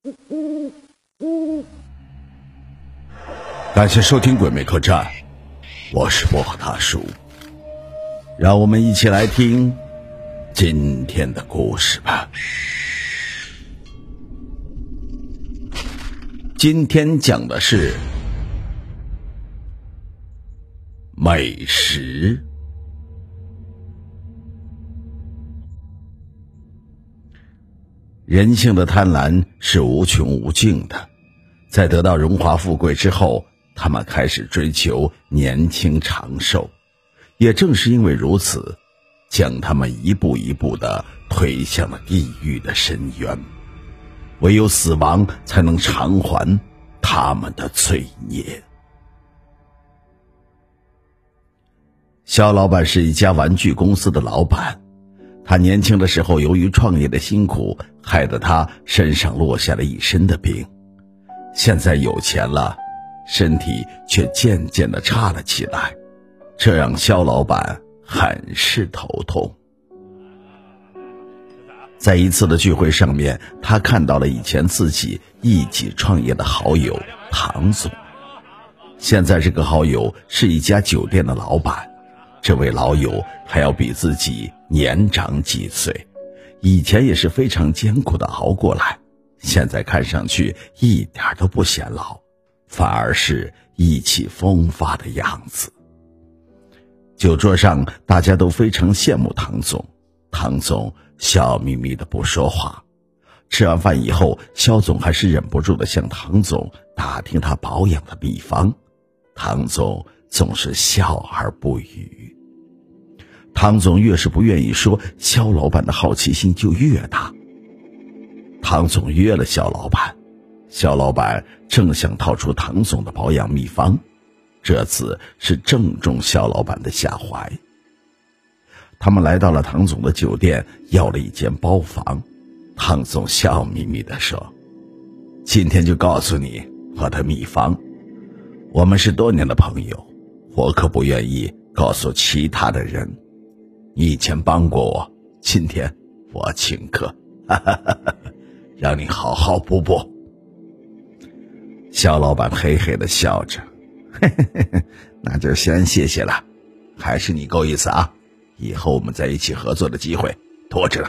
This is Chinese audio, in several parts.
感谢收听《鬼魅客栈》，我是薄荷大叔，让我们一起来听今天的故事吧。今天讲的是美食。人性的贪婪是无穷无尽的，在得到荣华富贵之后，他们开始追求年轻长寿，也正是因为如此，将他们一步一步地推向了地狱的深渊。唯有死亡才能偿还他们的罪孽。肖老板是一家玩具公司的老板，他年轻的时候由于创业的辛苦，害得他身上落下了一身的病。现在有钱了，身体却渐渐地差了起来，这让肖老板很是头痛。在一次的聚会上面，他看到了以前自己一起创业的好友唐总。现在这个好友是一家酒店的老板，这位老友还要比自己年长几岁，以前也是非常艰苦的熬过来，现在看上去一点都不显老，反而是意气风发的样子。酒桌上大家都非常羡慕唐总，唐总笑眯眯的不说话。吃完饭以后，肖总还是忍不住的向唐总打听他保养的秘方，唐总总是笑而不语。唐总越是不愿意说，肖老板的好奇心就越大。唐总约了肖老板，肖老板正想套出唐总的保养秘方，这次是正中肖老板的下怀。他们来到了唐总的酒店，要了一间包房。唐总笑眯眯地说：今天就告诉你我的秘方，我们是多年的朋友，我可不愿意告诉其他的人，你以前帮过我，今天我请客，让你好好补补。肖老板嘿嘿地笑着，那就先谢谢了，还是你够意思啊，以后我们在一起合作的机会多着呢。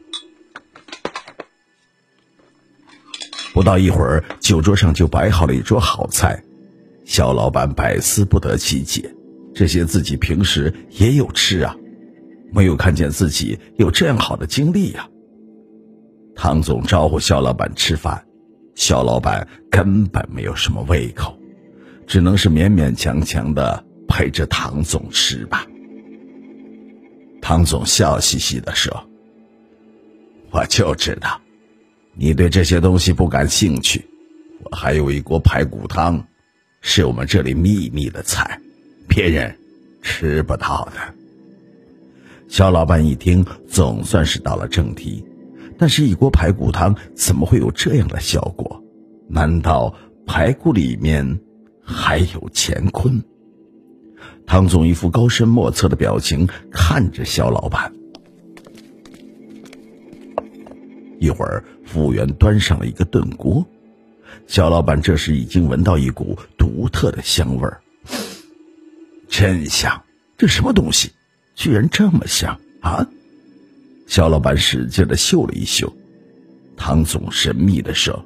不到一会儿，酒桌上就摆好了一桌好菜。肖老板百思不得其解，这些自己平时也有吃啊，没有看见自己有这样好的经历啊。唐总招呼肖老板吃饭，肖老板根本没有什么胃口，只能是勉勉强强的陪着唐总吃吧。唐总笑嘻嘻地说：我就知道你对这些东西不感兴趣，我还有一锅排骨汤，是我们这里秘密的菜，别人吃不到的。肖老板一听，总算是到了正题，但是一锅排骨汤怎么会有这样的效果？难道排骨里面还有乾坤？唐总一副高深莫测的表情看着肖老板。一会儿，服务员端上了一个炖锅，肖老板这时已经闻到一股独特的香味儿，真香！这什么东西，居然这么香啊！肖老板使劲地嗅了一嗅，唐总神秘地说：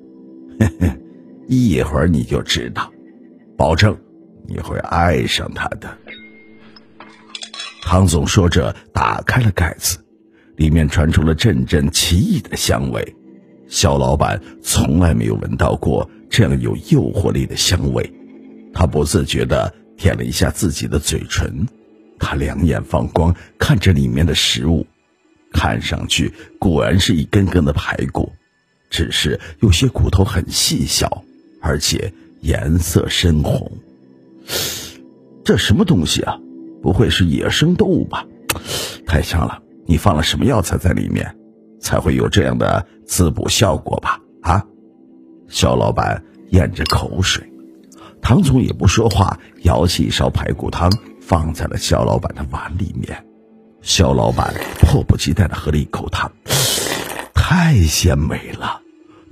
一会儿你就知道，保证你会爱上它的。唐总说着打开了盖子，里面传出了阵阵奇异的香味。肖老板从来没有闻到过这样有诱惑力的香味，他不自觉地舔了一下自己的嘴唇，他两眼放光看着里面的食物，看上去果然是一根根的排骨，只是有些骨头很细小，而且颜色深红。这什么东西啊？不会是野生动物吧？太香了，你放了什么药材在里面，才会有这样的滋补效果吧？啊！肖老板咽着口水，唐总也不说话，舀起一勺排骨汤放在了肖老板的碗里面。肖老板迫不及待地喝了一口汤，太鲜美了，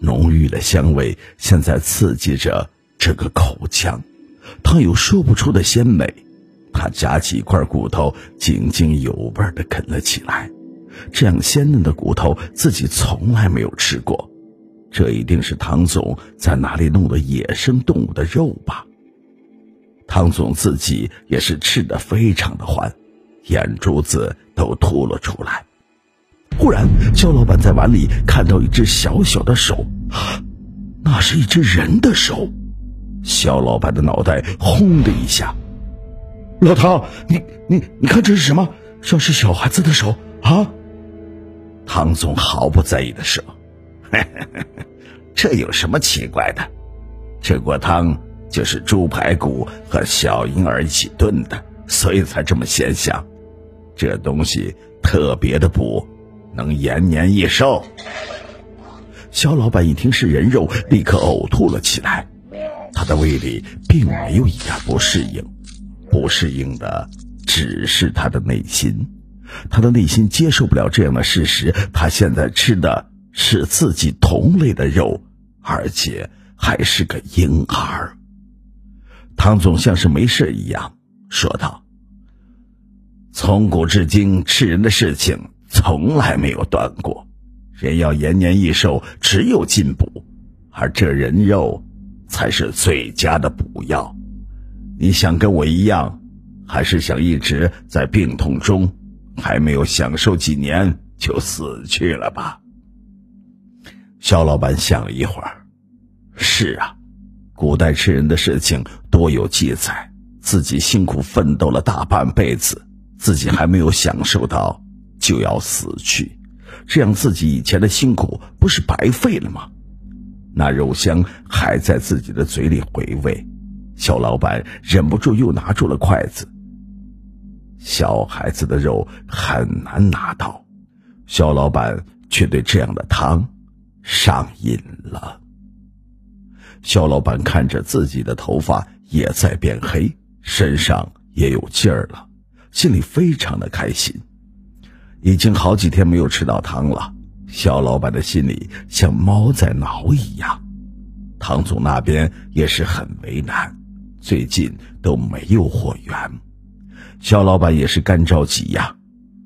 浓郁的香味现在刺激着这个口腔，汤有说不出的鲜美。他夹起一块骨头，津津有味地啃了起来。这样鲜嫩的骨头自己从来没有吃过，这一定是唐总在哪里弄的野生动物的肉吧。唐总自己也是吃得非常的欢，眼珠子都凸了出来。忽然肖老板在碗里看到一只小小的手，那是一只人的手。肖老板的脑袋轰的一下，老唐，你看这是什么？像是小孩子的手啊！唐总毫不在意的说，这有什么奇怪的？这锅汤就是猪排骨和小婴儿一起炖的，所以才这么鲜香。这东西特别的补，能延年益寿。肖老板一听是人肉，立刻呕吐了起来。他的胃里并没有一点不适应，不适应的只是他的内心。他的内心接受不了这样的事实，他现在吃的是自己同类的肉，而且还是个婴儿。唐总像是没事一样说道，从古至今吃人的事情从来没有断过，人要延年益寿只有进补，而这人肉才是最佳的补药。你想跟我一样，还是想一直在病痛中，还没有享受几年就死去了吧？肖老板想了一会儿，是啊，古代吃人的事情多有记载，自己辛苦奋斗了大半辈子，自己还没有享受到就要死去，这样自己以前的辛苦不是白费了吗？那肉香还在自己的嘴里回味，肖老板忍不住又拿出了筷子。小孩子的肉很难拿到，肖老板却对这样的汤上瘾了。肖老板看着自己的头发也在变黑，身上也有劲儿了，心里非常的开心。已经好几天没有吃到汤了，肖老板的心里像猫在挠一样。唐总那边也是很为难，最近都没有货源，肖老板也是干着急呀。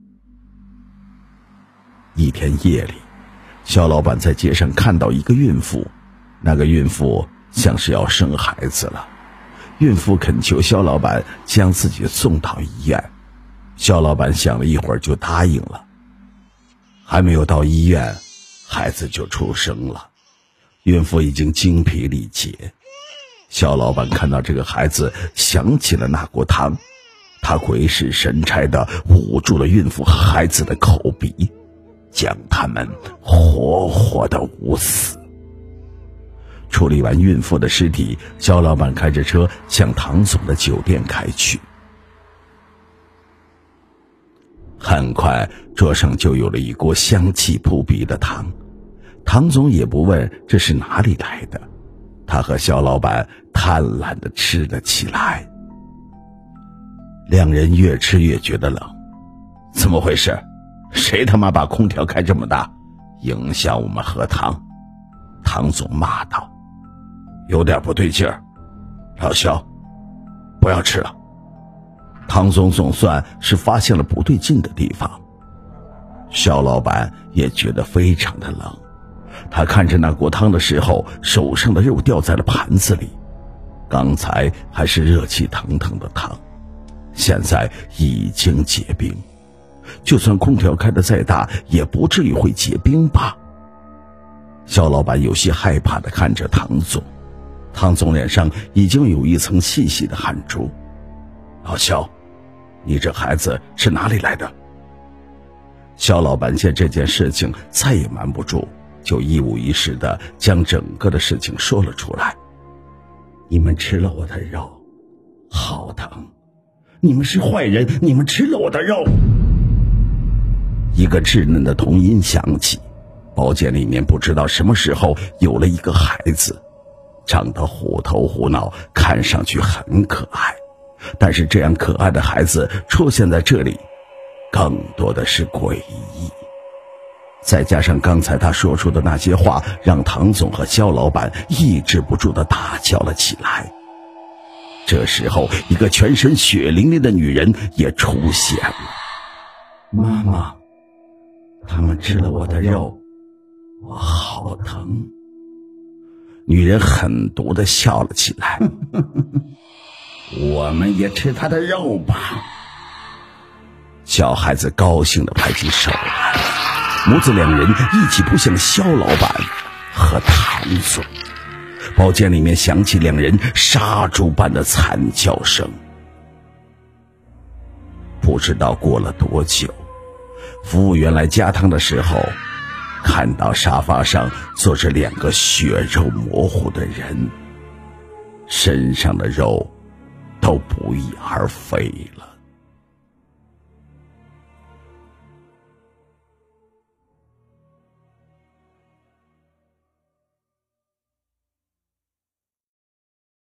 一天夜里，肖老板在街上看到一个孕妇，那个孕妇像是要生孩子了，孕妇恳求肖老板将自己送到医院。肖老板想了一会儿就答应了。还没有到医院，孩子就出生了，孕妇已经精疲力竭。肖老板看到这个孩子，想起了那锅汤，他鬼使神差地捂住了孕妇和孩子的口鼻，将他们活活地捂死。处理完孕妇的尸体，肖老板开着车向唐总的酒店开去。很快桌上就有了一锅香气扑鼻的汤，唐总也不问这是哪里来的，他和肖老板贪婪地吃了起来。两人越吃越觉得冷，怎么回事？谁他妈把空调开这么大，影响我们喝汤？唐总骂道。有点不对劲儿，老肖，不要吃了。唐总总算是发现了不对劲的地方。肖老板也觉得非常的冷，他看着那锅汤的时候，手上的肉掉在了盘子里，刚才还是热气腾腾的汤，现在已经结冰，就算空调开得再大，也不至于会结冰吧？肖老板有些害怕地看着唐总，唐总脸上已经有一层细细的汗珠。老肖，你这孩子是哪里来的？肖老板见这件事情再也瞒不住，就一五一十地将整个的事情说了出来。你们吃了我的肉，好疼！你们是坏人，你们吃了我的肉！一个稚嫩的童音响起，包间里面不知道什么时候有了一个孩子，长得虎头虎脑，看上去很可爱。但是这样可爱的孩子出现在这里，更多的是诡异。 再加上刚才他说出的那些话，让唐总和肖老板抑制不住地大叫了起来。这时候，一个全身血淋淋的女人也出现了。妈妈，他们吃了我的肉，我好疼。女人狠毒地笑了起来。我们也吃他的肉吧。小孩子高兴地拍起手来，母子两人一起扑向肖老板和唐总。包间里面响起两人杀猪般的惨叫声。不知道过了多久，服务员来加汤的时候，看到沙发上坐着两个血肉模糊的人，身上的肉都不翼而飞了。